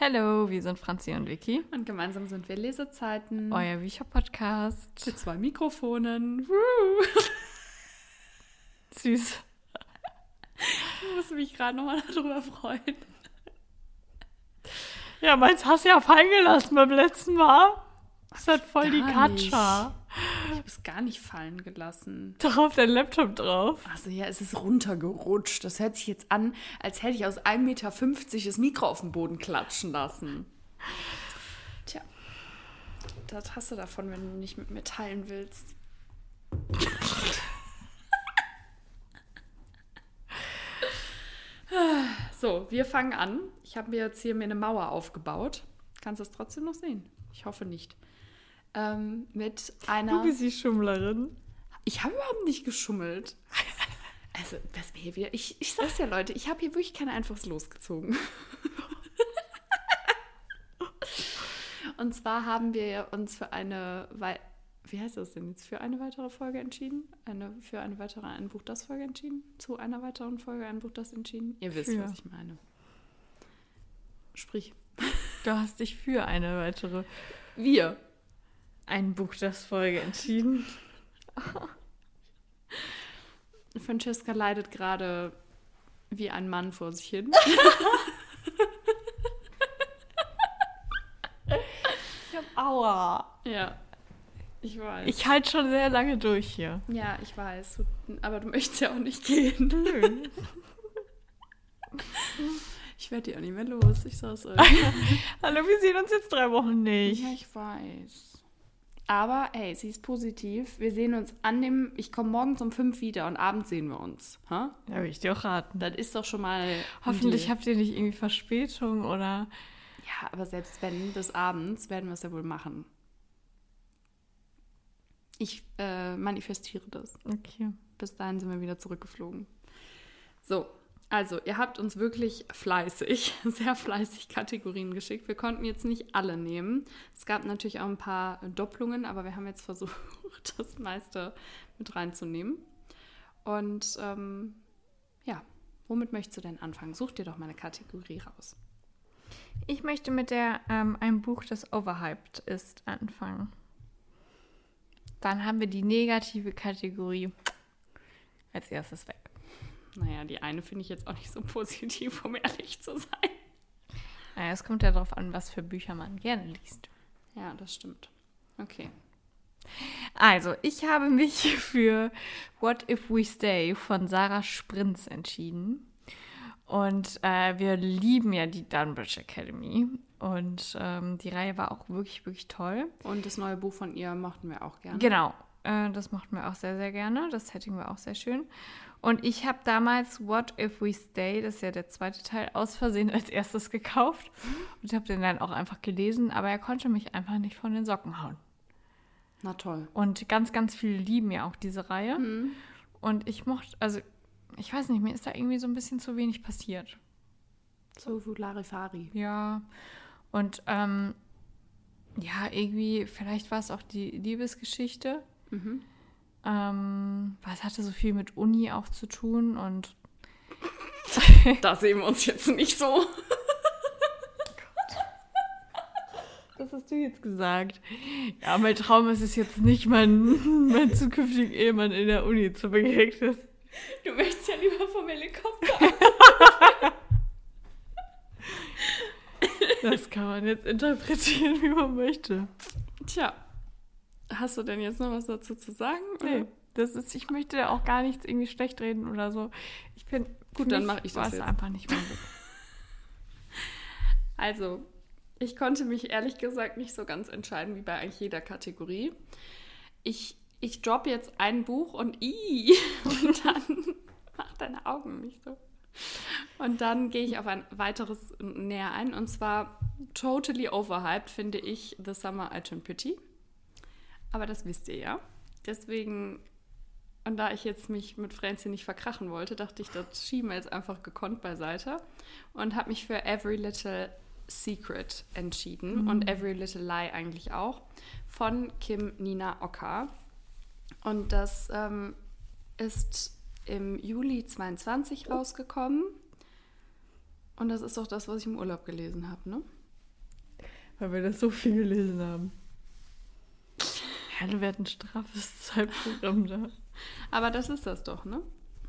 Hallo, wir sind Franzi und Vicky. Und gemeinsam sind wir Lesezeiten. Euer Bücherpodcast. Mit 2 Mikrofonen. Woo. Süß. Ich muss mich gerade nochmal darüber freuen. Ja, meins hast du ja fallen gelassen beim letzten Mal. Das hat voll die Gar nicht. Katscha. Ich habe es gar nicht fallen gelassen. Doch auf dein Laptop drauf. Also ja, es ist runtergerutscht. Das hört sich jetzt an, als hätte ich aus 1,50 Meter das Mikro auf den Boden klatschen lassen. Tja, das hast du davon, wenn du nicht mit mir teilen willst. So, wir fangen an. Ich habe mir jetzt hier eine Mauer aufgebaut. Kannst du es trotzdem noch sehen? Ich hoffe nicht. Mit einer... Du bist die Schummlerin. Ich habe überhaupt nicht geschummelt. Also, was mir hier wieder... Ich sag's ja, Leute, ich habe hier wirklich kein einfaches losgezogen. Und zwar haben wir uns für eine... Wie heißt das denn jetzt? Für eine weitere Folge entschieden? Für eine weitere Ein Buch das Folge entschieden? Zu einer weiteren Folge Ein Buch das entschieden? Ihr wisst, was ich meine. Sprich. Du hast dich für eine weitere Wir. Ein Buch das Folge entschieden. Francesca leidet gerade wie ein Mann vor sich hin. Aua. Ja, ich weiß. Ich halte schon sehr lange durch hier. Ja, ich weiß. Aber du möchtest ja auch nicht gehen. Nö. Ich werde die auch nicht mehr los. Ich sag's euch. Hallo, wir sehen uns jetzt 3 Wochen nicht. Ja, ich weiß. Aber, hey, sie ist positiv. Wir sehen uns ich komme morgens um 5 wieder und abends sehen wir uns. Ha? Ja, will ich dir auch raten. Das ist doch schon mal... Hoffentlich habt ihr nicht irgendwie Verspätung oder... Ja, aber selbst wenn, bis abends werden wir es ja wohl machen. Ich manifestiere das. Okay. Bis dahin sind wir wieder zurückgeflogen. So, also ihr habt uns wirklich sehr fleißig Kategorien geschickt. Wir konnten jetzt nicht alle nehmen. Es gab natürlich auch ein paar Doppelungen, aber wir haben jetzt versucht, das meiste mit reinzunehmen. Und ja, womit möchtest du denn anfangen? Such dir doch mal eine Kategorie raus. Ich möchte mit der ein Buch, das overhyped ist, anfangen. Dann haben wir die negative Kategorie als erstes weg. Naja, die eine finde ich jetzt auch nicht so positiv, um ehrlich zu sein. Naja, es kommt ja darauf an, was für Bücher man gerne liest. Ja, das stimmt. Okay. Also, ich habe mich für What If We Stay von Sarah Sprinz entschieden. Und wir lieben ja die Dunbridge Academy. Und die Reihe war auch wirklich, wirklich toll. Und das neue Buch von ihr mochten wir auch gerne. Genau, das mochten wir auch sehr, sehr gerne. Das Setting war auch sehr schön. Und ich habe damals What If We Stay, das ist ja der zweite Teil, aus Versehen als erstes gekauft. Und habe den dann auch einfach gelesen. Aber er konnte mich einfach nicht von den Socken hauen. Na toll. Und ganz, ganz viele lieben ja auch diese Reihe. Mhm. Und ich mochte, also ich weiß nicht, mir ist da irgendwie so ein bisschen zu wenig passiert. So Larifari. Ja, und ja, irgendwie, vielleicht war es auch die Liebesgeschichte. Mhm. Weil es hatte so viel mit Uni auch zu tun und Da sehen wir uns jetzt nicht so. Was hast du jetzt gesagt? Ja, mein Traum ist es jetzt nicht, meinen zukünftigen Ehemann in der Uni zu begegnen. Du möchtest ja lieber vom Helikopter. Das kann man jetzt interpretieren, wie man möchte. Tja, hast du denn jetzt noch was dazu zu sagen? Nee, ich möchte auch gar nichts irgendwie schlecht reden oder so. Ich finde, gut, dann mache ich das jetzt. jetzt. Einfach nicht mehr gut. Also, ich konnte mich ehrlich gesagt nicht so ganz entscheiden, wie bei eigentlich jeder Kategorie. Ich droppe jetzt ein Buch und dann mach deine Augen nicht so. Und dann gehe ich auf ein weiteres näher ein. Und zwar totally overhyped, finde ich, The Summer I Turned Pretty. Aber das wisst ihr ja. Deswegen, und da ich jetzt mich mit Franzi nicht verkrachen wollte, dachte ich, das schieben wir jetzt einfach gekonnt beiseite. Und habe mich für Every Little Secret entschieden. Und Every Little Lie eigentlich auch. Von Kim Nina Oka. Und das ist im Juli 22 rausgekommen. Und das ist doch das, was ich im Urlaub gelesen habe, ne? weil wir das so viel gelesen haben. Ja, wir hatten ein straffes Zeitprogramm da. Aber das ist das doch, ne?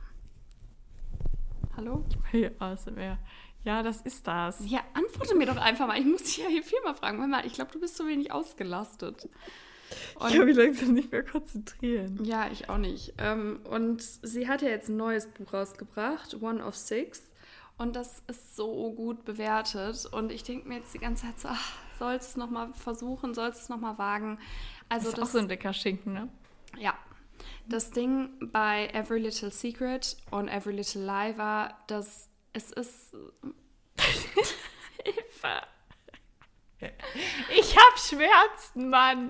Hallo? Hey, ASMR. Ja, das ist das. Ja, antworte mir doch einfach mal. Ich muss dich ja hier viermal fragen. Hör mal, ich glaube, du bist zu wenig ausgelastet. Und ich kann mich langsam nicht mehr konzentrieren. Ja, ich auch nicht. Und sie hat ja jetzt ein neues Buch rausgebracht, One of Six. Und das ist so gut bewertet. Und ich denke mir jetzt die ganze Zeit so, sollst du es nochmal versuchen, sollst du es nochmal wagen? Also das ist auch so ein dicker Schinken, ne? Ja. Das Ding bei Every Little Secret und Every Little Lie war, dass es ist... Hilfe! Ich hab Schmerzen, Mann!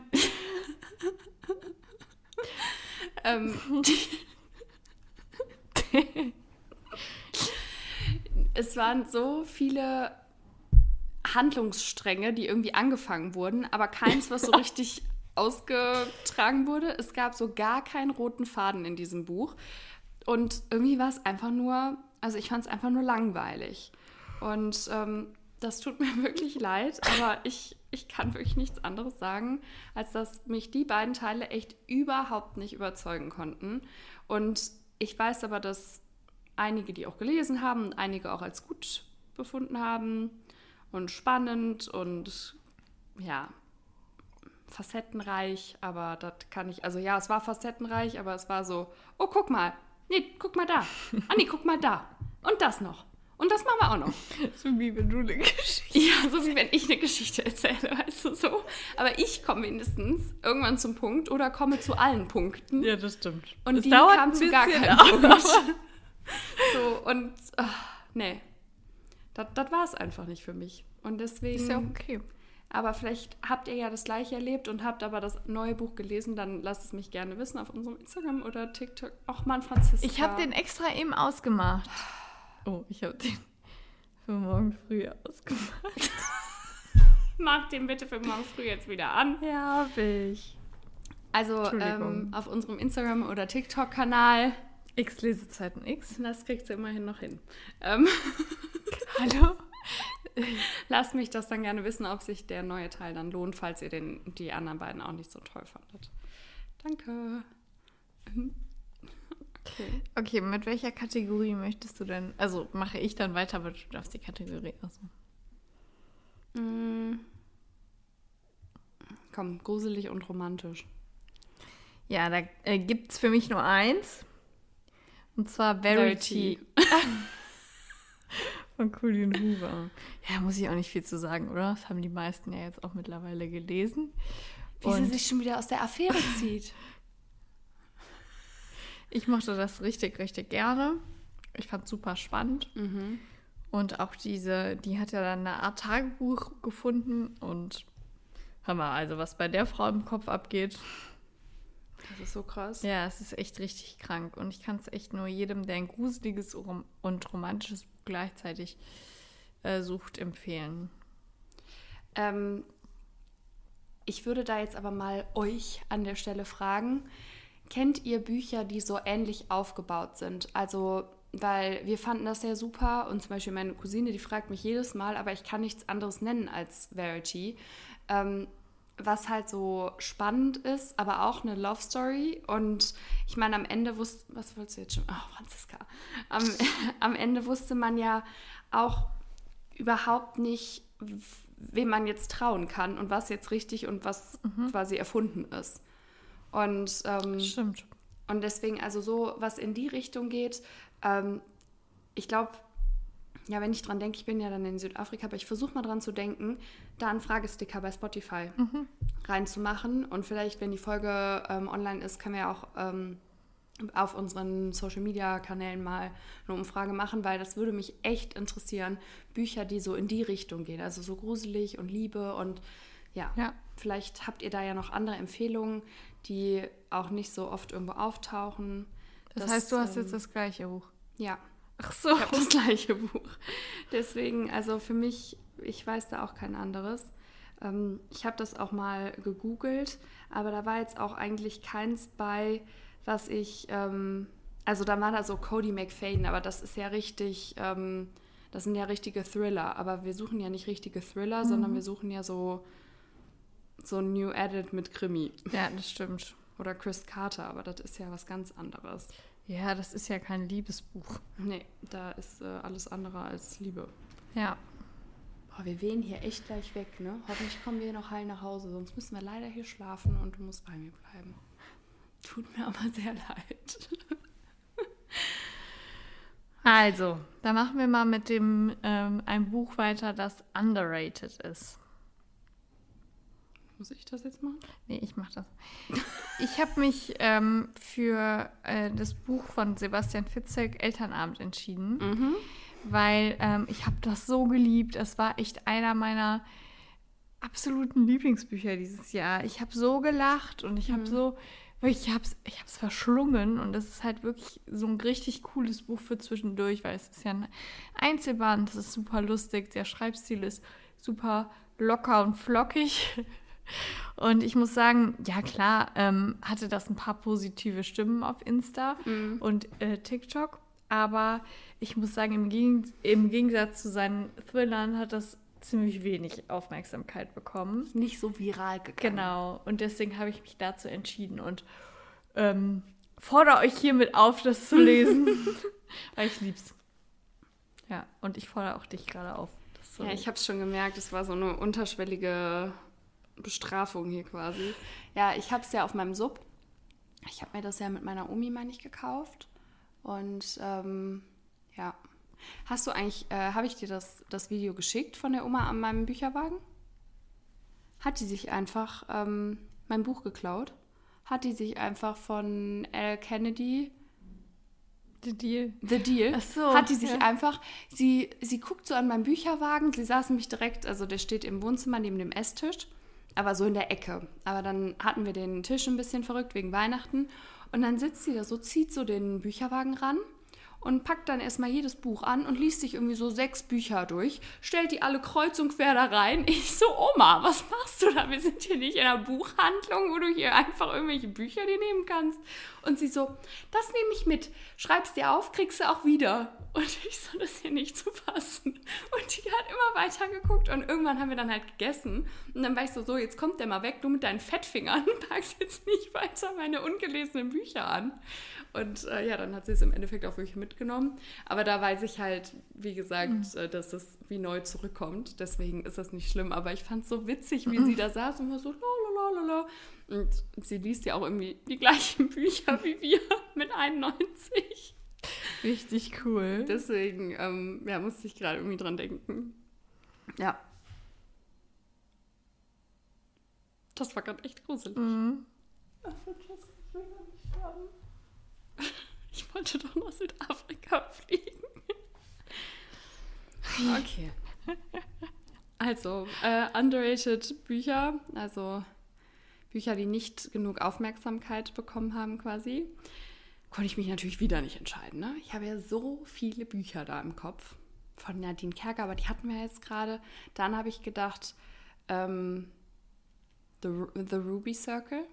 Es waren so viele Handlungsstränge, die irgendwie angefangen wurden, aber keins, was so richtig ausgetragen wurde. Es gab so gar keinen roten Faden in diesem Buch. Und irgendwie war es einfach nur, also ich fand es einfach nur langweilig. Und das tut mir wirklich leid, aber ich kann wirklich nichts anderes sagen, als dass mich die beiden Teile echt überhaupt nicht überzeugen konnten. Und ich weiß aber, dass einige, die auch gelesen haben, und einige auch als gut befunden haben und spannend und ja, facettenreich, aber das kann ich, also ja, es war facettenreich, aber es war so, oh, guck mal, nee, guck mal da, nee, guck mal da und das noch und das machen wir auch noch. So wie wenn du eine Geschichte Ja, so wie wenn ich eine Geschichte erzähle, weißt du, so. Aber ich komme wenigstens irgendwann zum Punkt oder komme zu allen Punkten. Ja, das stimmt. Und das die dauert kam ein zu gar bisschen, keinem Punkt. So, und nee, das war es einfach nicht für mich. Und deswegen... Ist ja okay. Aber vielleicht habt ihr ja das Gleiche erlebt und habt aber das neue Buch gelesen, dann lasst es mich gerne wissen auf unserem Instagram oder TikTok. Ach Mann, Franziska. Ich habe den extra eben ausgemacht. Oh, ich habe den für morgen früh ausgemacht. Mach den bitte für morgen früh jetzt wieder an. Ja, hab ich. Also auf unserem Instagram- oder TikTok-Kanal. X-Lesezeiten X. Das kriegt sie immerhin noch hin. Hallo? Lasst mich das dann gerne wissen, ob sich der neue Teil dann lohnt, falls ihr die anderen beiden auch nicht so toll fandet. Danke. Okay, mit welcher Kategorie möchtest du denn? Also mache ich dann weiter, aber du darfst die Kategorie aussuchen. Komm, gruselig und romantisch. Ja, da gibt es für mich nur eins. Und zwar Verity. Von Colleen Hoover. Ja, muss ich auch nicht viel zu sagen, oder? Das haben die meisten ja jetzt auch mittlerweile gelesen. Wie sie sich schon wieder aus der Affäre zieht. Ich mochte das richtig, richtig gerne. Ich fand es super spannend. Mhm. Und auch die hat ja dann eine Art Tagebuch gefunden. Und hör mal, also was bei der Frau im Kopf abgeht. Das ist so krass. Ja, es ist echt richtig krank. Und ich kann es echt nur jedem, der ein gruseliges und romantisches Buch gleichzeitig sucht, empfehlen. Ich würde da jetzt aber mal euch an der Stelle fragen, kennt ihr Bücher, die so ähnlich aufgebaut sind? Also, weil wir fanden das sehr super und zum Beispiel meine Cousine, die fragt mich jedes Mal, aber ich kann nichts anderes nennen als Verity. Was halt so spannend ist, aber auch eine Love Story. Und ich meine, am Ende was wolltest du jetzt schon? Oh, Franziska. Am Ende wusste man ja auch überhaupt nicht, wem man jetzt trauen kann und was jetzt richtig und was quasi erfunden ist. Und Stimmt. Und deswegen, also so, was in die Richtung geht, ich glaube, ja, wenn ich dran denke, ich bin ja dann in Südafrika, aber ich versuche mal dran zu denken, da einen Fragesticker bei Spotify reinzumachen. Und vielleicht, wenn die Folge online ist, können wir ja auch auf unseren Social-Media-Kanälen mal eine Umfrage machen, weil das würde mich echt interessieren. Bücher, die so in die Richtung gehen, also so gruselig und Liebe und ja. Vielleicht habt ihr da ja noch andere Empfehlungen, die auch nicht so oft irgendwo auftauchen. Das heißt, du hast jetzt das gleiche Buch? Ja. Ach so. Ich habe das gleiche Buch. Deswegen, also für mich, ich weiß da auch kein anderes. Ich habe das auch mal gegoogelt, aber da war jetzt auch eigentlich keins bei, was ich, also da war da so Cody McFadden, aber das ist ja richtig, Das sind ja richtige Thriller, aber wir suchen ja nicht richtige Thriller, sondern wir suchen ja so ein New Adult mit Krimi. Ja, das stimmt. Oder Chris Carter, aber das ist ja was ganz anderes. Ja, das ist ja kein Liebesbuch. Nee, da ist alles andere als Liebe. Ja. Boah, wir wehen hier echt gleich weg, ne? Hoffentlich kommen wir noch heil nach Hause, sonst müssen wir leider hier schlafen und du musst bei mir bleiben. Tut mir aber sehr leid. Also, da machen wir mal mit dem ein Buch weiter, das underrated ist. Muss ich das jetzt machen? Nee, ich mach das. Ich habe mich für das Buch von Sebastian Fitzek, Elternabend, entschieden, weil ich habe das so geliebt. Es war echt einer meiner absoluten Lieblingsbücher dieses Jahr. Ich habe so gelacht und ich habe so, wirklich, ich hab's verschlungen und das ist halt wirklich so ein richtig cooles Buch für zwischendurch, weil es ist ja ein Einzelband, es ist super lustig, der Schreibstil ist super locker und flockig. Und ich muss sagen, ja klar, hatte das ein paar positive Stimmen auf Insta und TikTok, aber ich muss sagen, im Gegensatz zu seinen Thrillern hat das ziemlich wenig Aufmerksamkeit bekommen. Nicht so viral gegangen. Genau, und deswegen habe ich mich dazu entschieden und fordere euch hiermit auf, das zu lesen, weil ich lieb's. Ja, und ich fordere auch dich gerade auf. Das zu Ja, ich habe es schon gemerkt, es war so eine unterschwellige Bestrafung hier quasi. Ja, ich habe es ja auf meinem Sub. Ich habe mir das ja mit meiner Omi, meine ich, gekauft. Und ja. Hast du eigentlich, habe ich dir das Video geschickt von der Oma an meinem Bücherwagen? Hat die sich einfach mein Buch geklaut? Hat die sich einfach von Al Kennedy... The Deal. The Deal. Ach so, hat die sich ja. einfach, sie guckt so an meinem Bücherwagen, sie saß nämlich direkt, also der steht im Wohnzimmer neben dem Esstisch, aber so in der Ecke. Aber dann hatten wir den Tisch ein bisschen verrückt wegen Weihnachten und dann sitzt sie da so, zieht so den Bücherwagen ran und packt dann erstmal jedes Buch an und liest sich irgendwie so 6 Bücher durch, stellt die alle kreuz und quer da rein. Ich so, Oma, was machst du da? Wir sind hier nicht in einer Buchhandlung, wo du hier einfach irgendwelche Bücher dir nehmen kannst. Und sie so, das nehme ich mit, schreib's dir auf, kriegst du auch wieder. Und ich so, das ist hier nicht zu fassen. Und die hat immer weiter geguckt und irgendwann haben wir dann halt gegessen. Und dann war ich so, jetzt kommt der mal weg, du mit deinen Fettfingern packst jetzt nicht weiter meine ungelesenen Bücher an. Und ja, dann hat sie es im Endeffekt auch wirklich mitgenommen. Aber da weiß ich halt, wie gesagt, dass das wie neu zurückkommt. Deswegen ist das nicht schlimm. Aber ich fand es so witzig, wie sie da saß und war so lalalala. Und sie liest ja auch irgendwie die gleichen Bücher wie wir mit 91. Richtig cool. Deswegen, ja, musste ich gerade irgendwie dran denken. Ja. Das war gerade echt gruselig. Ach, vergiss, ich will gar nicht sterben. Ich wollte doch nach Südafrika fliegen. Okay. Also, underrated Bücher, also Bücher, die nicht genug Aufmerksamkeit bekommen haben quasi, konnte ich mich natürlich wieder nicht entscheiden. Ne? Ich habe ja so viele Bücher da im Kopf von Nadine Kerker, aber die hatten wir jetzt gerade. Dann habe ich gedacht, The Ruby Circle.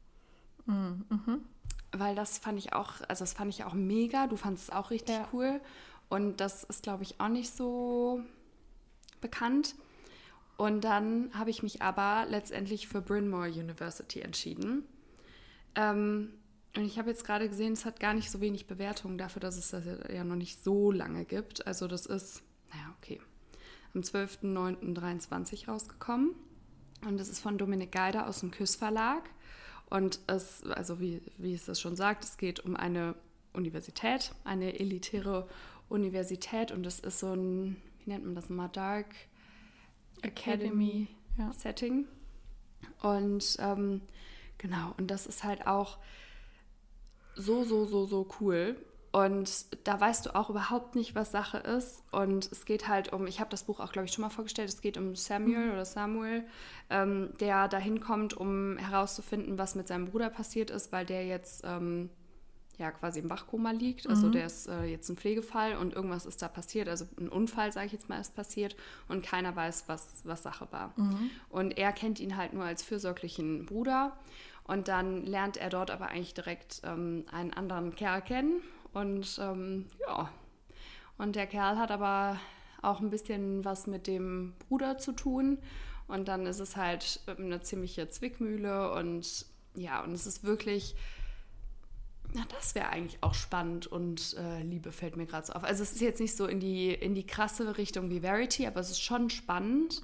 Weil das fand ich auch, also das fand ich auch mega. Du fandest es auch richtig cool. Und das ist, glaube ich, auch nicht so bekannt. Und dann habe ich mich aber letztendlich für Bryn Mawr University entschieden. Und ich habe jetzt gerade gesehen, es hat gar nicht so wenig Bewertungen dafür, dass es das ja noch nicht so lange gibt. Also das ist, naja, okay, am 12.09.23 rausgekommen. Und das ist von Dominik Geider aus dem Küss Verlag. Und es, also wie es das schon sagt, es geht um eine Universität, eine elitäre Universität. Und das ist so ein, wie nennt man das mal, Dark Academy Setting. Und genau, und das ist halt auch so cool. Und da weißt du auch überhaupt nicht, was Sache ist. Und es geht halt um, ich habe das Buch auch, glaube ich, schon mal vorgestellt, es geht um Samuel, der dahin kommt, um herauszufinden, was mit seinem Bruder passiert ist, weil der jetzt ja quasi im Wachkoma liegt. Also der ist jetzt ein Pflegefall und irgendwas ist da passiert. Also ein Unfall, sage ich jetzt mal, ist passiert und keiner weiß, was Sache war. Und er kennt ihn halt nur als fürsorglichen Bruder. Und dann lernt er dort aber eigentlich direkt einen anderen Kerl kennen. Und ja, und der Kerl hat aber auch ein bisschen was mit dem Bruder zu tun. Und dann ist es halt eine ziemliche Zwickmühle und ja, und es ist wirklich, na, das wäre eigentlich auch spannend und Liebe fällt mir gerade so auf. Also es ist jetzt nicht so in die krasse Richtung wie Verity, aber es ist schon spannend,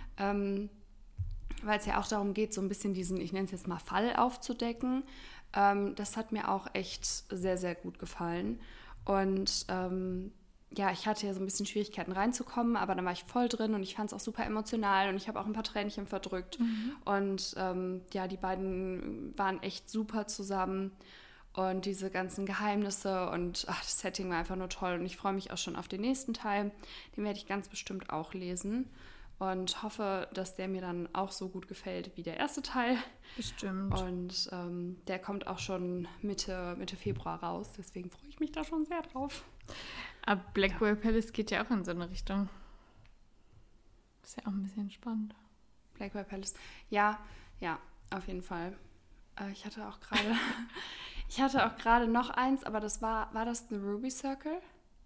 weil es ja auch darum geht, so ein bisschen diesen, ich nenne es jetzt mal Fall aufzudecken. Das hat mir auch echt sehr, sehr gut gefallen. Und ja, ich hatte ja so ein bisschen Schwierigkeiten reinzukommen, aber dann war ich voll drin und ich fand es auch super emotional und ich habe auch ein paar Tränchen verdrückt. Und ja, die beiden waren echt super zusammen und diese ganzen Geheimnisse und das Setting war einfach nur toll und ich freue mich auch schon auf den nächsten Teil. Den werde ich ganz bestimmt auch lesen und hoffe, dass der mir dann auch so gut gefällt wie der erste Teil. Bestimmt. Und der kommt auch schon Mitte Februar raus, deswegen freue ich mich da schon sehr drauf. Aber Blackwell Palace geht ja auch in so eine Richtung. Ist ja auch ein bisschen spannend. Blackwell Palace. Ja, auf jeden Fall. Ich hatte auch gerade noch eins, aber das war das The Ruby Circle?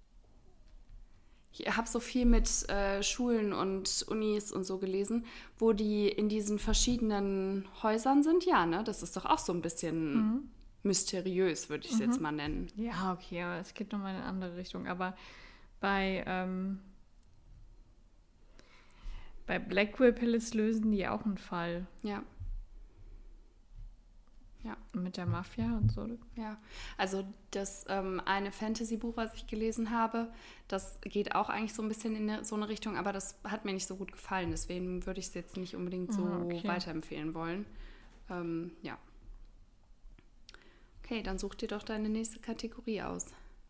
Ich habe so viel mit Schulen und Unis und so gelesen, wo die in diesen verschiedenen Häusern sind. Ja, ne? Das ist doch auch so ein bisschen mysteriös, würde ich es jetzt mal nennen. Ja, okay, aber es geht nochmal in eine andere Richtung. Aber bei Blackwell Palace lösen die auch einen Fall. Ja. Mit der Mafia und so. Ja, also das eine Fantasy-Buch, was ich gelesen habe, das geht auch eigentlich so ein bisschen in so eine Richtung, aber das hat mir nicht so gut gefallen. Deswegen würde ich es jetzt nicht unbedingt so weiterempfehlen wollen. Ja. Okay, dann such dir doch deine nächste Kategorie aus.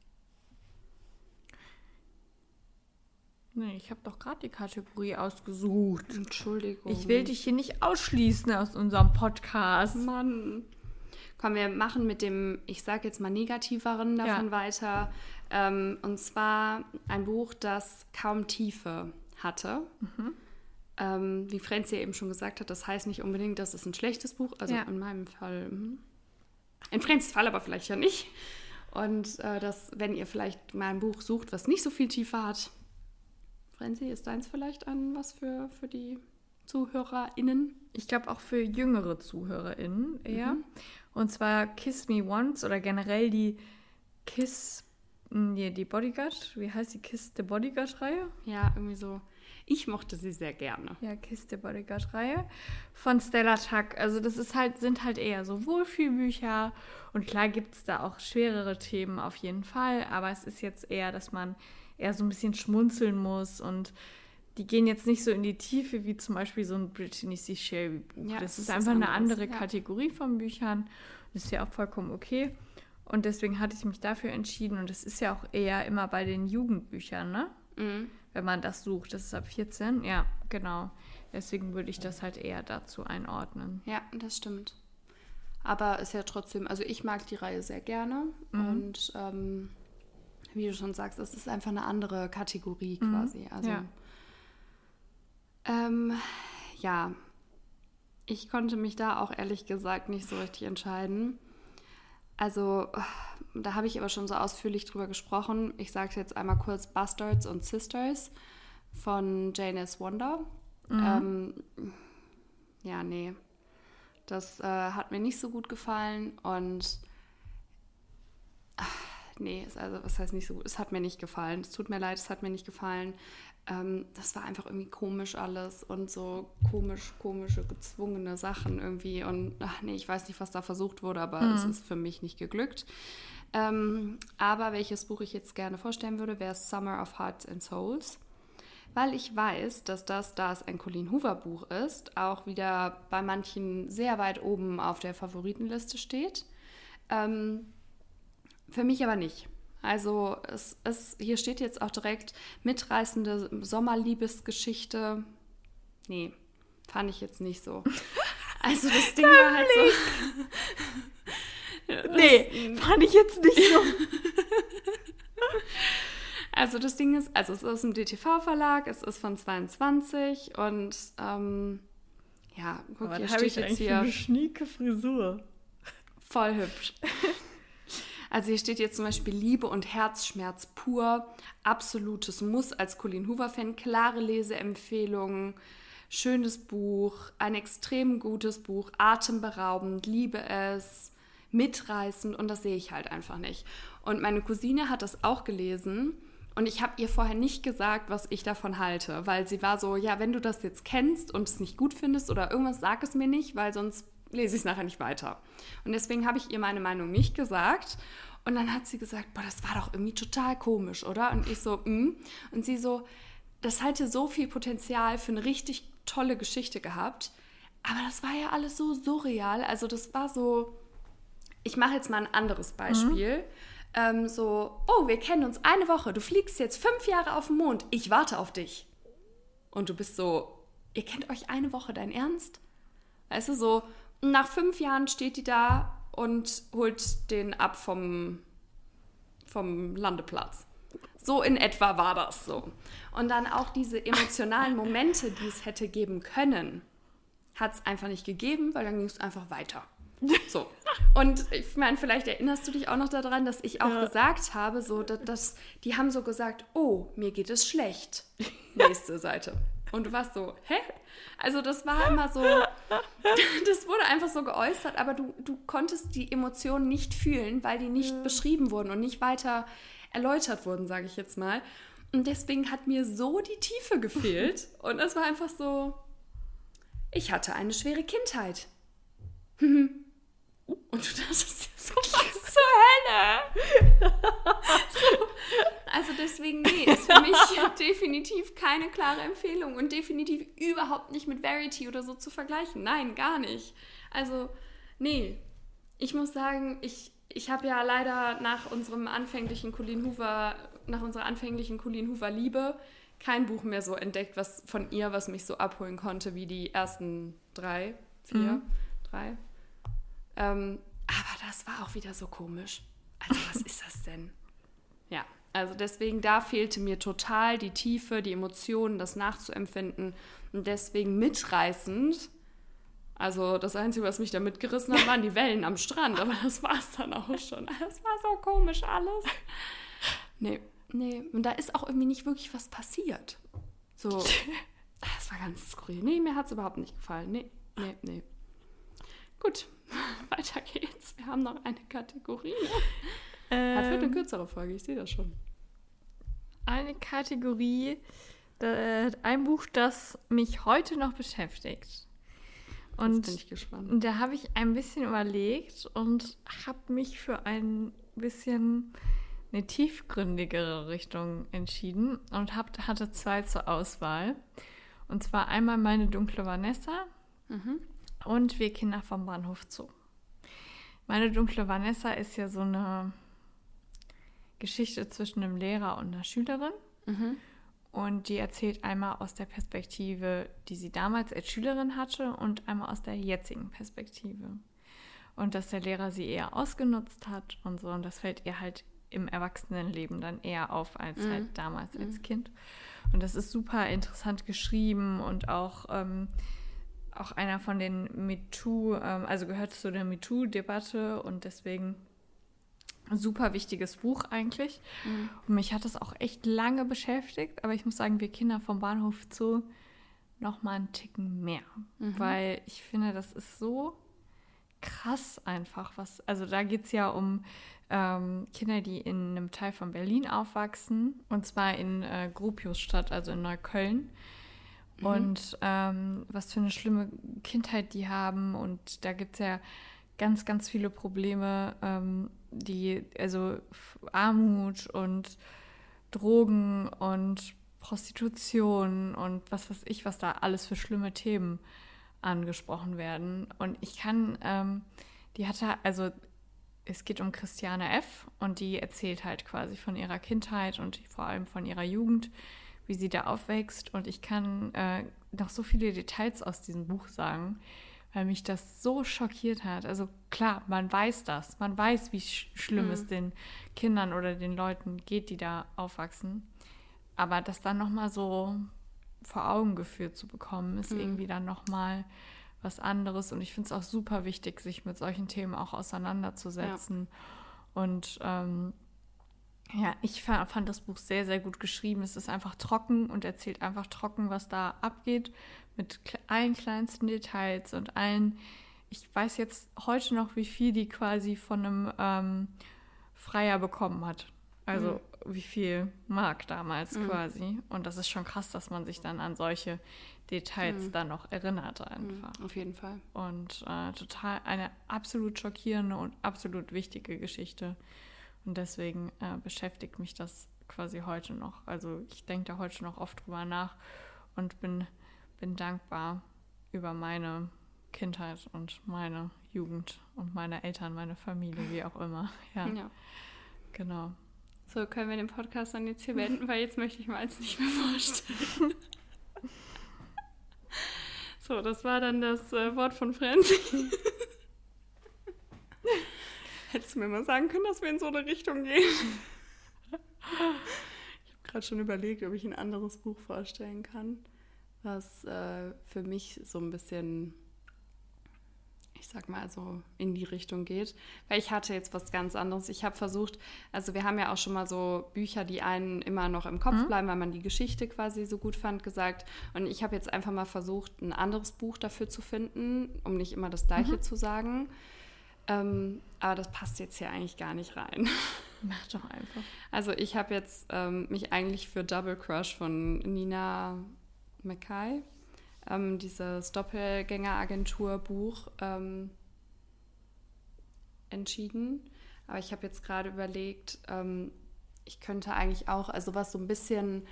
Nee, ich habe doch gerade die Kategorie ausgesucht. Entschuldigung. Ich will dich hier nicht ausschließen aus unserem Podcast. Mann. Komm, wir machen mit dem, ich sage jetzt mal negativeren davon weiter. Und zwar ein Buch, das kaum Tiefe hatte. Wie Franzi eben schon gesagt hat, das heißt nicht unbedingt, dass es ein schlechtes Buch, also in meinem Fall, in Franzis Fall aber vielleicht ja nicht. Und wenn ihr vielleicht mal ein Buch sucht, was nicht so viel Tiefe hat, Franzi, ist deins vielleicht was für die ZuhörerInnen? Ich glaube auch für jüngere ZuhörerInnen eher. Und zwar Kiss Me Once oder generell die die Bodyguard, wie heißt die Kiss the Bodyguard-Reihe? Ja, irgendwie so. Ich mochte sie sehr gerne. Ja, Kiss the Bodyguard-Reihe von Stella Tuck. Also das sind halt eher so Wohlfühlbücher und klar gibt es da auch schwerere Themen auf jeden Fall, aber es ist jetzt eher, dass man eher so ein bisschen schmunzeln muss und die gehen jetzt nicht so in die Tiefe wie zum Beispiel so ein Brittany C. Shelby Buch. Ja, das ist einfach eine andere Kategorie von Büchern. Das ist ja auch vollkommen okay. Und deswegen hatte ich mich dafür entschieden. Und das ist ja auch eher immer bei den Jugendbüchern, ne? Wenn man das sucht. Das ist ab 14. Ja, genau. Deswegen würde ich das halt eher dazu einordnen. Ja, das stimmt. Aber ist ja trotzdem, also ich mag die Reihe sehr gerne. Und wie du schon sagst, es ist einfach eine andere Kategorie quasi. Also ja, ich konnte mich da auch ehrlich gesagt nicht so richtig entscheiden. Also, da habe ich aber schon so ausführlich drüber gesprochen. Ich sage jetzt einmal kurz Bastards und Sisters von Jane S. Wonder. Ja, nee, das hat mir nicht so gut gefallen und nee, also was heißt nicht so gut? Es hat mir nicht gefallen. Es tut mir leid, es hat mir nicht gefallen. Das war einfach irgendwie komisch alles und so komische, gezwungene Sachen irgendwie. Und nee, ich weiß nicht, was da versucht wurde, aber es ist für mich nicht geglückt. Aber welches Buch ich jetzt gerne vorstellen würde, wäre Summer of Hearts and Souls. Weil ich weiß, dass da es ein Colleen Hoover Buch ist, auch wieder bei manchen sehr weit oben auf der Favoritenliste steht. Für mich aber nicht. Also hier steht jetzt auch direkt mitreißende Sommerliebesgeschichte. Nee, fand ich jetzt nicht so. Also das Ding war halt so... Nee, fand ich jetzt nicht so. Also das Ding ist, also es ist aus dem DTV-Verlag, es ist von 22 und ja, guck, aber hier da habe steht ich jetzt eigentlich hier eine schnieke Frisur. voll hübsch. Also hier steht jetzt zum Beispiel Liebe und Herzschmerz pur, absolutes Muss als Colleen Hoover-Fan, klare Leseempfehlungen, schönes Buch, ein extrem gutes Buch, atemberaubend, liebe es, mitreißend und das sehe ich halt einfach nicht. Und meine Cousine hat das auch gelesen und ich habe ihr vorher nicht gesagt, was ich davon halte, weil sie war so, ja, wenn du das jetzt kennst und es nicht gut findest oder irgendwas, sag es mir nicht, weil sonst lese ich es nachher nicht weiter. Und deswegen habe ich ihr meine Meinung nicht gesagt. Und dann hat sie gesagt, boah, das war doch irgendwie total komisch, oder? Und ich so, Und sie so, das hätte so viel Potenzial für eine richtig tolle Geschichte gehabt. Aber das war ja alles so surreal. Also das war so, ich mache jetzt mal ein anderes Beispiel. So, oh, wir kennen uns eine Woche. Du fliegst jetzt 5 Jahre auf den Mond. Ich warte auf dich. Und du bist so, ihr kennt euch eine Woche, dein Ernst? Weißt du, so, nach 5 Jahren steht die da und holt den ab vom Landeplatz. So in etwa war das so. Und dann auch diese emotionalen Momente, die es hätte geben können, hat es einfach nicht gegeben, weil dann ging es einfach weiter. So. Und ich meine, vielleicht erinnerst du dich auch noch daran, dass ich auch gesagt habe, so, dass die haben so gesagt, oh, mir geht es schlecht. Nächste Seite. Und du warst so, hä? Also das war immer so, das wurde einfach so geäußert, aber du konntest die Emotionen nicht fühlen, weil die nicht beschrieben wurden und nicht weiter erläutert wurden, sage ich jetzt mal. Und deswegen hat mir so die Tiefe gefehlt. Und es war einfach so, ich hatte eine schwere Kindheit. Und du dachtest dir so, was zur Hölle? So. Also deswegen, nee, ist für mich definitiv keine klare Empfehlung und definitiv überhaupt nicht mit Verity oder so zu vergleichen. Nein, gar nicht. Also, nee. Ich muss sagen, ich habe ja leider nach unserer anfänglichen Colleen Hoover Liebe kein Buch mehr so entdeckt, was von ihr, was mich so abholen konnte, wie die ersten 3. Aber das war auch wieder so komisch. Also was ist das denn? Ja, also deswegen, da fehlte mir total die Tiefe, die Emotionen, das nachzuempfinden und deswegen mitreißend. Also das Einzige, was mich da mitgerissen hat, waren die Wellen am Strand, aber das war es dann auch schon. Das war so komisch alles. Nee. Und da ist auch irgendwie nicht wirklich was passiert. So, das war ganz skurril. Nee, mir hat es überhaupt nicht gefallen. Nee. Gut, weiter geht's. Wir haben noch eine Kategorie. Das wird eine kürzere Folge, ich sehe das schon. Eine Kategorie, ein Buch, das mich heute noch beschäftigt. Und jetzt bin ich gespannt. Da habe ich ein bisschen überlegt und habe mich für ein bisschen eine tiefgründigere Richtung entschieden und hatte 2 zur Auswahl. Und zwar einmal Meine dunkle Vanessa und Wir Kinder vom Bahnhof Zoo. Meine dunkle Vanessa ist ja so eine Geschichte zwischen einem Lehrer und einer Schülerin. Und die erzählt einmal aus der Perspektive, die sie damals als Schülerin hatte und einmal aus der jetzigen Perspektive. Und dass der Lehrer sie eher ausgenutzt hat und so. Und das fällt ihr halt im Erwachsenenleben dann eher auf als halt damals als Kind. Und das ist super interessant geschrieben und auch einer von den MeToo, also gehört zu der MeToo-Debatte und deswegen ein super wichtiges Buch eigentlich. Und mich hat das auch echt lange beschäftigt, aber ich muss sagen, Wir Kinder vom Bahnhof Zoo noch mal einen Ticken mehr, weil ich finde, das ist so krass einfach. Also da geht es ja um Kinder, die in einem Teil von Berlin aufwachsen, und zwar in Gropiusstadt, also in Neukölln. Und was für eine schlimme Kindheit die haben. Und da gibt es ja ganz, ganz viele Probleme, also Armut und Drogen und Prostitution und was weiß ich, was da alles für schlimme Themen angesprochen werden. Und ich kann, es geht um Christiane F. und die erzählt halt quasi von ihrer Kindheit und vor allem von ihrer Jugend, wie sie da aufwächst. Und ich kann noch so viele Details aus diesem Buch sagen, weil mich das so schockiert hat. Also klar, man weiß das. Man weiß, wie schlimm es den Kindern oder den Leuten geht, die da aufwachsen. Aber das dann nochmal so vor Augen geführt zu bekommen, ist irgendwie dann nochmal was anderes. Und ich finde es auch super wichtig, sich mit solchen Themen auch auseinanderzusetzen. Und ja, ich fand das Buch sehr, sehr gut geschrieben. Es ist einfach trocken und erzählt einfach trocken, was da abgeht, mit allen kleinsten Details und allen. Ich weiß jetzt heute noch, wie viel die quasi von einem Freier bekommen hat. Also wie viel Mark damals quasi. Und das ist schon krass, dass man sich dann an solche Details dann noch erinnert einfach. Auf jeden Fall. Und total eine absolut schockierende und absolut wichtige Geschichte. Und deswegen beschäftigt mich das quasi heute noch. Also ich denke da heute noch oft drüber nach und bin dankbar über meine Kindheit und meine Jugend und meine Eltern, meine Familie, wie auch immer. Ja. Genau. So, können wir den Podcast dann jetzt hier beenden, weil jetzt möchte ich mir eins nicht mehr vorstellen. So, das war dann das Wort von Franzi. Hättest du mir mal sagen können, dass wir in so eine Richtung gehen? Ich habe gerade schon überlegt, ob ich ein anderes Buch vorstellen kann, was für mich so ein bisschen, ich sag mal, so in die Richtung geht. Weil ich hatte jetzt was ganz anderes. Ich habe versucht, also wir haben ja auch schon mal so Bücher, die einen immer noch im Kopf bleiben, weil man die Geschichte quasi so gut fand, gesagt. Und ich habe jetzt einfach mal versucht, ein anderes Buch dafür zu finden, um nicht immer das Gleiche zu sagen. Aber das passt jetzt hier eigentlich gar nicht rein. Mach doch einfach. Also ich habe jetzt mich eigentlich für Double Crush von Nina Mackay, dieses Doppelgänger-Agentur-Buch, entschieden. Aber ich habe jetzt gerade überlegt, ich könnte eigentlich auch, also was so ein bisschen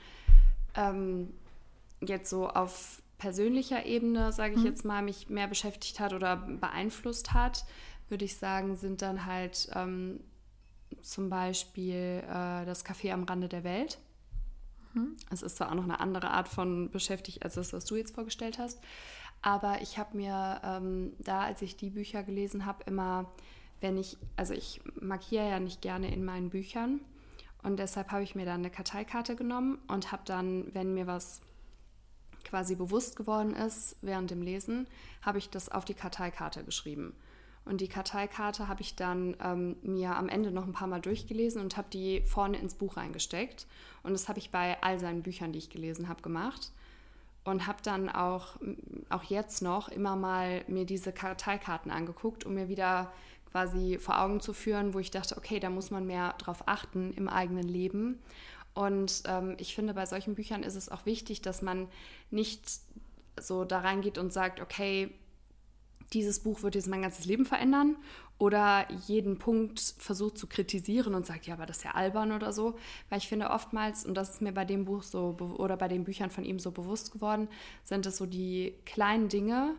jetzt so auf persönlicher Ebene, sage ich jetzt mal, mich mehr beschäftigt hat oder beeinflusst hat, würde ich sagen, sind dann halt zum Beispiel das Café am Rande der Welt. Es ist zwar auch noch eine andere Art von beschäftigt als das, was du jetzt vorgestellt hast, aber ich habe mir da, als ich die Bücher gelesen habe, immer, also ich markiere ja nicht gerne in meinen Büchern und deshalb habe ich mir dann eine Karteikarte genommen und habe dann, wenn mir was quasi bewusst geworden ist während dem Lesen, habe ich das auf die Karteikarte geschrieben. Und die Karteikarte habe ich dann mir am Ende noch ein paar Mal durchgelesen und habe die vorne ins Buch reingesteckt. Und das habe ich bei all seinen Büchern, die ich gelesen habe, gemacht. Und habe dann auch jetzt noch immer mal mir diese Karteikarten angeguckt, um mir wieder quasi vor Augen zu führen, wo ich dachte, okay, da muss man mehr drauf achten im eigenen Leben. Und ich finde, bei solchen Büchern ist es auch wichtig, dass man nicht so da reingeht und sagt, okay, dieses Buch wird jetzt mein ganzes Leben verändern oder jeden Punkt versucht zu kritisieren und sagt, ja, aber das ist ja albern oder so. Weil ich finde oftmals, und das ist mir bei dem Buch so oder bei den Büchern von ihm so bewusst geworden, sind es so die kleinen Dinge,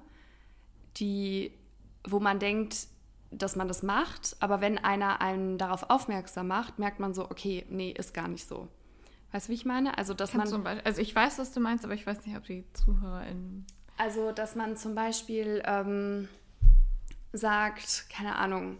wo man denkt, dass man das macht, aber wenn einer einen darauf aufmerksam macht, merkt man so, okay, nee, ist gar nicht so. Weißt du, wie ich meine? Also, dass also ich weiß, was du meinst, aber ich weiß nicht, ob die ZuhörerInnen... Also, dass man zum Beispiel sagt, keine Ahnung,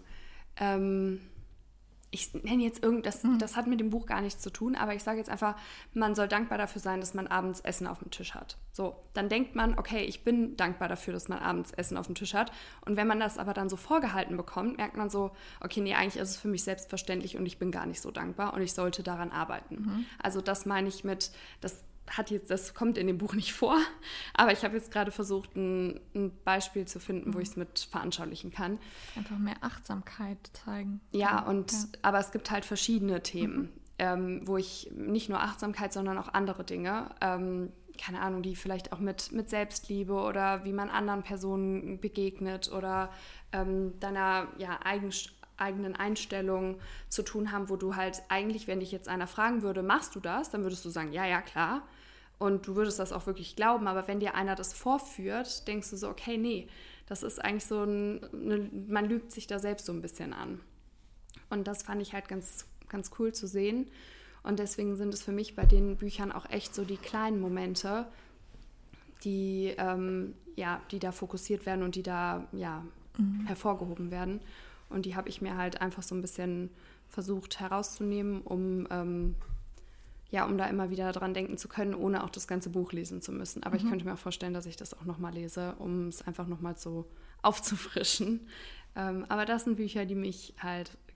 ich nenne jetzt das hat mit dem Buch gar nichts zu tun, aber ich sage jetzt einfach, man soll dankbar dafür sein, dass man abends Essen auf dem Tisch hat. So, dann denkt man, okay, ich bin dankbar dafür, dass man abends Essen auf dem Tisch hat. Und wenn man das aber dann so vorgehalten bekommt, merkt man so, okay, nee, eigentlich ist es für mich selbstverständlich und ich bin gar nicht so dankbar und ich sollte daran arbeiten. Also das meine ich mit, das kommt in dem Buch nicht vor, aber ich habe jetzt gerade versucht, ein Beispiel zu finden, wo ich es mit veranschaulichen kann. Einfach mehr Achtsamkeit zeigen. Ja, aber es gibt halt verschiedene Themen, wo ich nicht nur Achtsamkeit, sondern auch andere Dinge, keine Ahnung, die vielleicht auch mit Selbstliebe oder wie man anderen Personen begegnet oder deiner eigenen Einstellung zu tun haben, wo du halt eigentlich, wenn dich jetzt einer fragen würde, machst du das, dann würdest du sagen, ja, ja, klar. Und du würdest das auch wirklich glauben, aber wenn dir einer das vorführt, denkst du so, okay, nee, das ist eigentlich so man lügt sich da selbst so ein bisschen an. Und das fand ich halt ganz, ganz cool zu sehen. Und deswegen sind es für mich bei den Büchern auch echt so die kleinen Momente, die da fokussiert werden und die da hervorgehoben werden. Und die habe ich mir halt einfach so ein bisschen versucht herauszunehmen, um da immer wieder dran denken zu können, ohne auch das ganze Buch lesen zu müssen. Aber ich könnte mir auch vorstellen, dass ich das auch nochmal lese, um es einfach nochmal so aufzufrischen. Aber das sind Bücher, die mich halt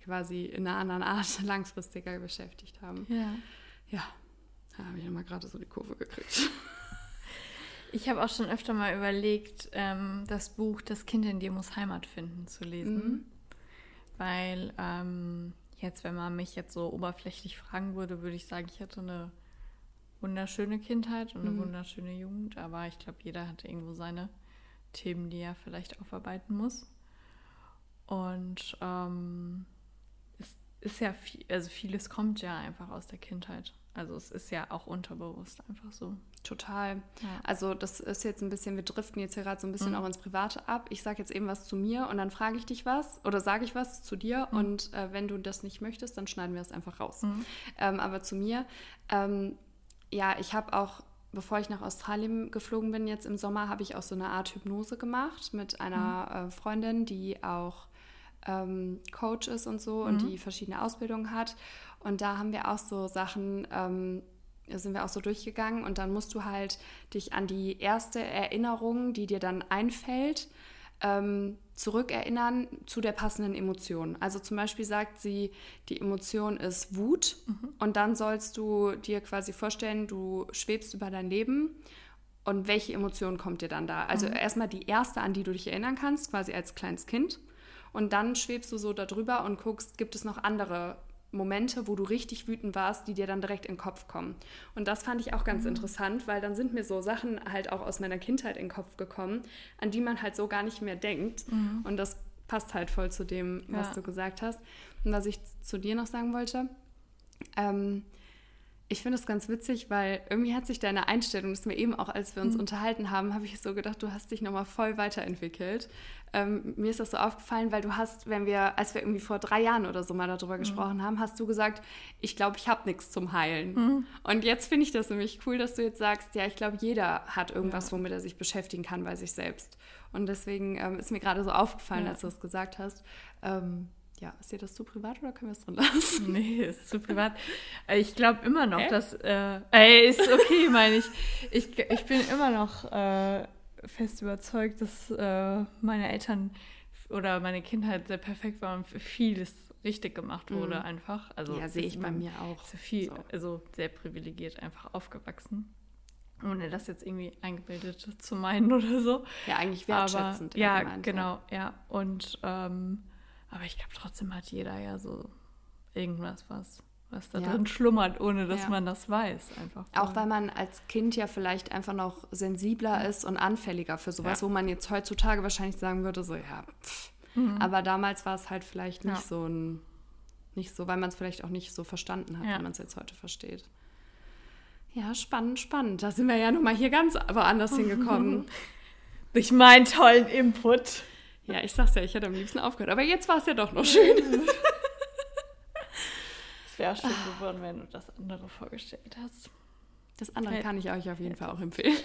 quasi in einer anderen Art langfristiger beschäftigt haben. Ja, da habe ich nochmal gerade so die Kurve gekriegt. Ich habe auch schon öfter mal überlegt, das Buch Das Kind in dir muss Heimat finden zu lesen. Weil jetzt, wenn man mich jetzt so oberflächlich fragen würde, würde ich sagen, ich hatte eine wunderschöne Kindheit und eine wunderschöne Jugend. Aber ich glaube, jeder hat irgendwo seine Themen, die er vielleicht aufarbeiten muss. Und es ist ja viel, also vieles kommt ja einfach aus der Kindheit. Also es ist ja auch unterbewusst einfach so. Total. Ja. Also das ist jetzt ein bisschen, wir driften jetzt hier gerade so ein bisschen auch ins Private ab. Ich sage jetzt eben was zu mir und dann frage ich dich was oder sage ich was zu dir und wenn du das nicht möchtest, dann schneiden wir es einfach raus. Aber zu mir, ja, ich habe auch, bevor ich nach Australien geflogen bin, jetzt im Sommer, habe ich auch so eine Art Hypnose gemacht mit einer Freundin, die auch Coach ist und so und die verschiedene Ausbildungen hat. Und da haben wir auch so Sachen, sind wir auch so durchgegangen und dann musst du halt dich an die erste Erinnerung, die dir dann einfällt, zurückerinnern zu der passenden Emotion. Also zum Beispiel sagt sie, die Emotion ist Wut und dann sollst du dir quasi vorstellen, du schwebst über dein Leben und welche Emotion kommt dir dann da? Also erstmal die erste, an die du dich erinnern kannst, quasi als kleines Kind. Und dann schwebst du so darüber und guckst, gibt es noch andere Momente, wo du richtig wütend warst, die dir dann direkt in den Kopf kommen. Und das fand ich auch ganz interessant, weil dann sind mir so Sachen halt auch aus meiner Kindheit in den Kopf gekommen, an die man halt so gar nicht mehr denkt. Und das passt halt voll zu dem, was du gesagt hast. Und was ich zu dir noch sagen wollte, ich finde es ganz witzig, weil irgendwie hat sich deine Einstellung, das ist mir eben auch, als wir uns unterhalten haben, habe ich so gedacht, du hast dich nochmal voll weiterentwickelt. Mir ist das so aufgefallen, weil du hast, als wir irgendwie vor 3 Jahren oder so mal darüber gesprochen haben, hast du gesagt, ich glaube, ich habe nichts zum Heilen. Und jetzt finde ich das nämlich cool, dass du jetzt sagst, ja, ich glaube, jeder hat irgendwas, womit er sich beschäftigen kann bei sich selbst. Und deswegen ist mir gerade so aufgefallen, als du es gesagt hast. Ja, ist dir das zu privat oder können wir es drin lassen? Nee, ist zu privat. Ich glaube immer noch, dass... ist okay, meine ich. Ich bin immer noch fest überzeugt, dass meine Eltern oder meine Kindheit sehr perfekt war und vieles richtig gemacht wurde einfach. Also ja, sehe ich bei mir auch. Sehr viel, also sehr privilegiert einfach aufgewachsen. Ohne das jetzt irgendwie eingebildet zu meinen oder so. Ja, eigentlich wertschätzend. Aber, ja, gemeint, genau, ja. Und aber ich glaube, trotzdem hat jeder ja so irgendwas, was da drin schlummert, ohne dass man das weiß. Einfach. Auch weil man als Kind ja vielleicht einfach noch sensibler ist und anfälliger für sowas, wo man jetzt heutzutage wahrscheinlich sagen würde, so ja, aber damals war es halt vielleicht nicht so, weil man es vielleicht auch nicht so verstanden hat, wie man es jetzt heute versteht. Ja, spannend, spannend. Da sind wir ja nochmal hier ganz woanders hingekommen. Durch meinen tollen Input. Ja, ich sag's ja, ich hätte am liebsten aufgehört. Aber jetzt war es ja doch noch schön. Es wäre schön geworden, wenn du das andere vorgestellt hast. Das andere kann ich euch auf jeden Fall auch empfehlen.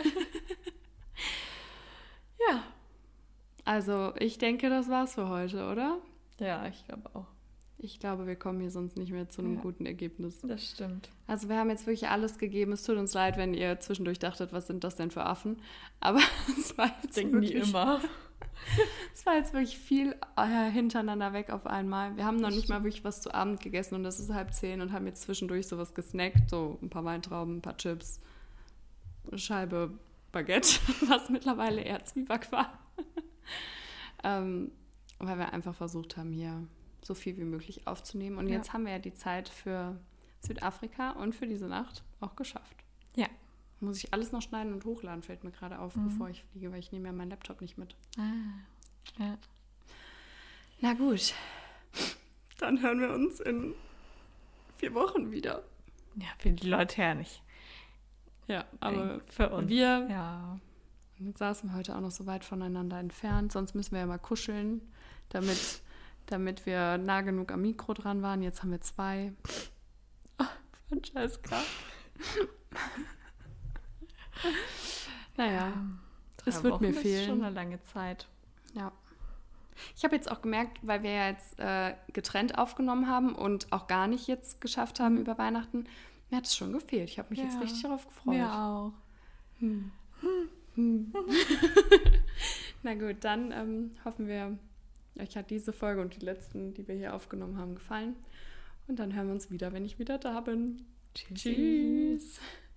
Ja. Also, ich denke, das war's für heute, oder? Ja, ich glaube auch. Ich glaube, wir kommen hier sonst nicht mehr zu einem guten Ergebnis. Das stimmt. Also wir haben jetzt wirklich alles gegeben. Es tut uns leid, wenn ihr zwischendurch dachtet, was sind das denn für Affen? Aber es war jetzt denken die immer. Es war jetzt wirklich viel hintereinander weg auf einmal. Wir haben noch nicht mal wirklich was zu Abend gegessen und es ist 9:30 und haben jetzt zwischendurch sowas gesnackt. So ein paar Weintrauben, ein paar Chips, eine Scheibe Baguette, was mittlerweile eher Zwieback war. Weil wir einfach versucht haben, hier so viel wie möglich aufzunehmen. Und jetzt haben wir ja die Zeit für Südafrika und für diese Nacht auch geschafft. Ja. Muss ich alles noch schneiden und hochladen, fällt mir gerade auf, bevor ich fliege, weil ich nehme ja meinen Laptop nicht mit. Ja. Na gut. Dann hören wir uns in 4 Wochen wieder. Ja, für die Leute ja nicht. Ja, aber für uns. Wir jetzt saßen wir heute auch noch so weit voneinander entfernt. Sonst müssen wir ja mal kuscheln, damit wir nah genug am Mikro dran waren. Jetzt haben wir 2. Francesca. Naja, es wird mir fehlen. Das ist schon eine lange Zeit. Ja. Ich habe jetzt auch gemerkt, weil wir ja jetzt getrennt aufgenommen haben und auch gar nicht jetzt geschafft haben über Weihnachten, mir hat es schon gefehlt. Ich habe mich jetzt richtig darauf gefreut. Mir auch. Na gut, dann hoffen wir, euch hat diese Folge und die letzten, die wir hier aufgenommen haben, gefallen. Und dann hören wir uns wieder, wenn ich wieder da bin. Tschüssi. Tschüss.